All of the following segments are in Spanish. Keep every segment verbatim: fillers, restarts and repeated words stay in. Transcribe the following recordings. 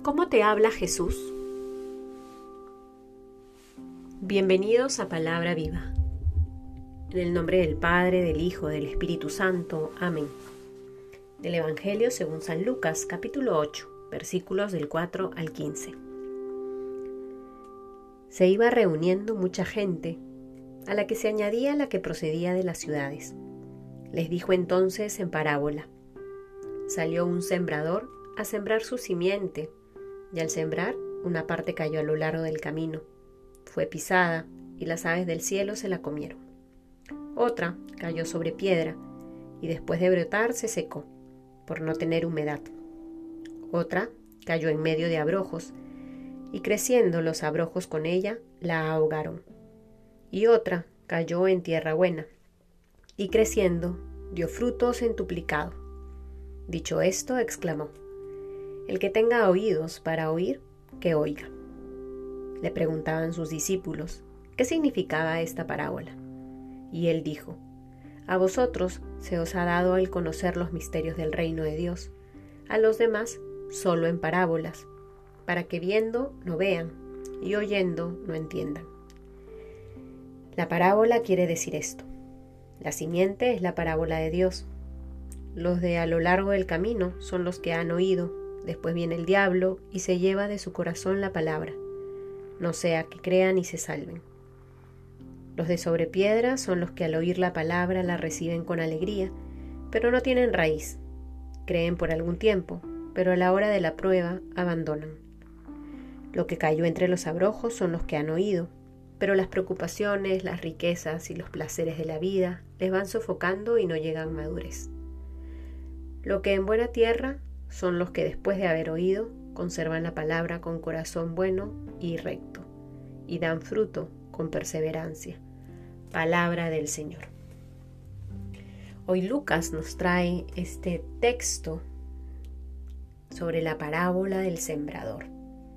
¿Cómo te habla Jesús? Bienvenidos a Palabra Viva. En el nombre del Padre, del Hijo, del Espíritu Santo. Amén. Del Evangelio según San Lucas, capítulo ocho, versículos del cuatro al quince. Se iba reuniendo mucha gente, a la que se añadía la que procedía de las ciudades. Les dijo entonces en parábola: Salió un sembrador a sembrar su simiente, y al sembrar, una parte cayó a lo largo del camino. Fue pisada, y las aves del cielo se la comieron. Otra cayó sobre piedra, y después de brotar se secó, por no tener humedad. Otra cayó en medio de abrojos, y creciendo los abrojos con ella, la ahogaron. Y otra cayó en tierra buena, y creciendo, dio fruto centuplicado. Dicho esto, exclamó: El que tenga oídos para oír, que oiga. Le preguntaban sus discípulos qué significaba esta parábola. Y él dijo: A vosotros se os ha dado el conocer los misterios del reino de Dios, a los demás solo en parábolas, para que viendo no vean y oyendo no entiendan. La parábola quiere decir esto: la simiente es la parábola de Dios. Los de a lo largo del camino son los que han oído. Después viene el diablo y se lleva de su corazón la palabra, no sea que crean y se salven. Los de sobre piedra son los que al oír la palabra la reciben con alegría, pero no tienen raíz. Creen por algún tiempo, pero a la hora de la prueba abandonan. Lo que cayó entre los abrojos son los que han oído, pero las preocupaciones, las riquezas y los placeres de la vida les van sofocando y no llegan a madurez. Lo que en buena tierra son los que después de haber oído conservan la palabra con corazón bueno y recto, y dan fruto con perseverancia. Palabra del Señor. Hoy Lucas nos trae este texto sobre la parábola del sembrador.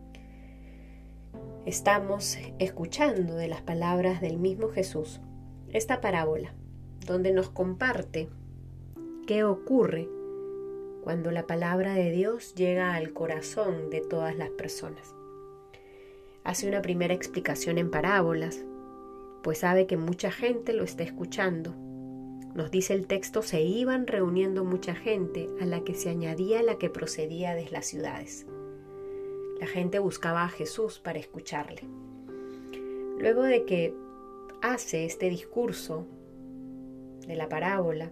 Estamos escuchando de las palabras del mismo Jesús esta parábola, donde nos comparte qué ocurre cuando la palabra de Dios llega al corazón de todas las personas. Hace una primera explicación en parábolas, pues sabe que mucha gente lo está escuchando. Nos dice el texto: se iban reuniendo mucha gente, a la que se añadía la que procedía de las ciudades. La gente buscaba a Jesús para escucharle. Luego de que hace este discurso de la parábola,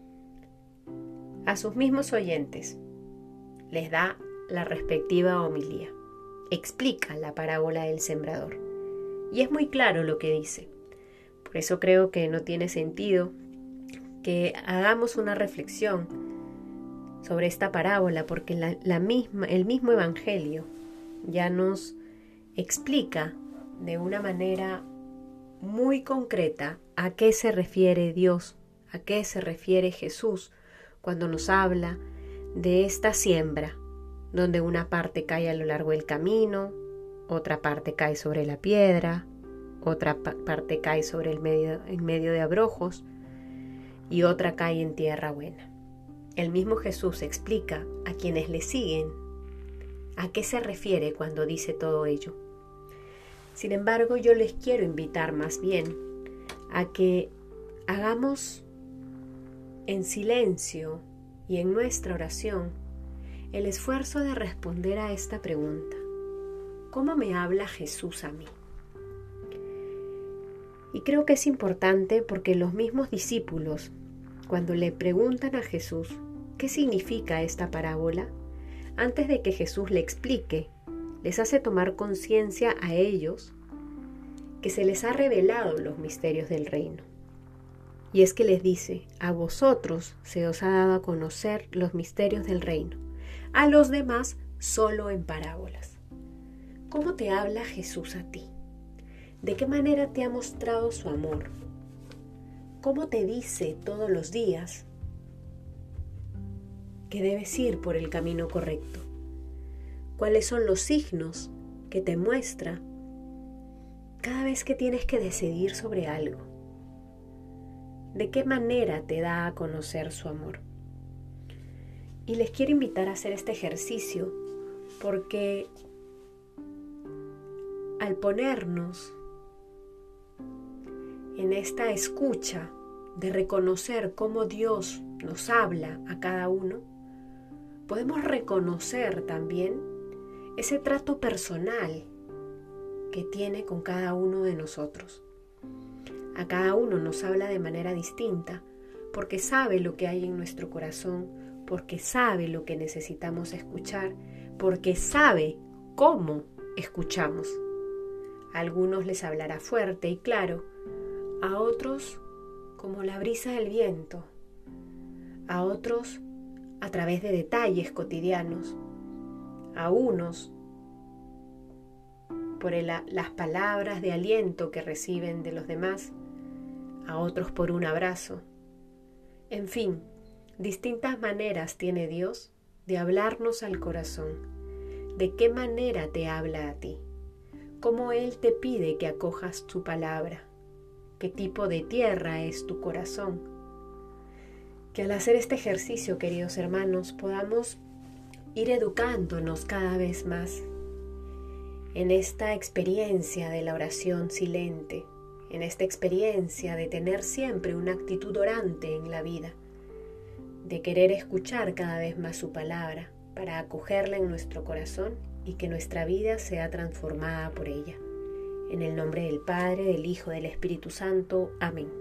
a sus mismos oyentes les da la respectiva homilía. Explica la parábola del sembrador. Y es muy claro lo que dice. Por eso creo que no tiene sentido que hagamos una reflexión sobre esta parábola, porque la, la misma, el mismo Evangelio ya nos explica de una manera muy concreta a qué se refiere Dios, a qué se refiere Jesús cuando nos habla de esta siembra, donde una parte cae a lo largo del camino, otra parte cae sobre la piedra, otra pa- parte cae sobre el medio, en medio de abrojos y otra cae en tierra buena. El mismo Jesús explica a quienes le siguen a qué se refiere cuando dice todo ello. Sin embargo, yo les quiero invitar más bien a que hagamos en silencio y en nuestra oración el esfuerzo de responder a esta pregunta: ¿cómo me habla Jesús a mí? Y creo que es importante porque los mismos discípulos, cuando le preguntan a Jesús qué significa esta parábola, antes de que Jesús le explique, les hace tomar conciencia a ellos que se les ha revelado los misterios del reino. Y es que les dice: a vosotros se os ha dado a conocer los misterios del reino, a los demás solo en parábolas. ¿Cómo te habla Jesús a ti? ¿De qué manera te ha mostrado su amor? ¿Cómo te dice todos los días que debes ir por el camino correcto? ¿Cuáles son los signos que te muestra cada vez que tienes que decidir sobre algo? ¿De qué manera te da a conocer su amor? Y les quiero invitar a hacer este ejercicio porque al ponernos en esta escucha de reconocer cómo Dios nos habla a cada uno, podemos reconocer también ese trato personal que tiene con cada uno de nosotros. A cada uno nos habla de manera distinta, porque sabe lo que hay en nuestro corazón, porque sabe lo que necesitamos escuchar, porque sabe cómo escuchamos. A algunos les hablará fuerte y claro, a otros como la brisa del viento, a otros a través de detalles cotidianos, a unos por el, las palabras de aliento que reciben de los demás, a otros por un abrazo. En fin, distintas maneras tiene Dios de hablarnos al corazón. ¿De qué manera te habla a ti? ¿Cómo Él te pide que acojas tu palabra? ¿Qué tipo de tierra es tu corazón? Que al hacer este ejercicio, queridos hermanos, podamos ir educándonos cada vez más en esta experiencia de la oración silente, en esta experiencia de tener siempre una actitud orante en la vida, de querer escuchar cada vez más su palabra para acogerla en nuestro corazón y que nuestra vida sea transformada por ella. En el nombre del Padre, del Hijo, del Espíritu Santo. Amén.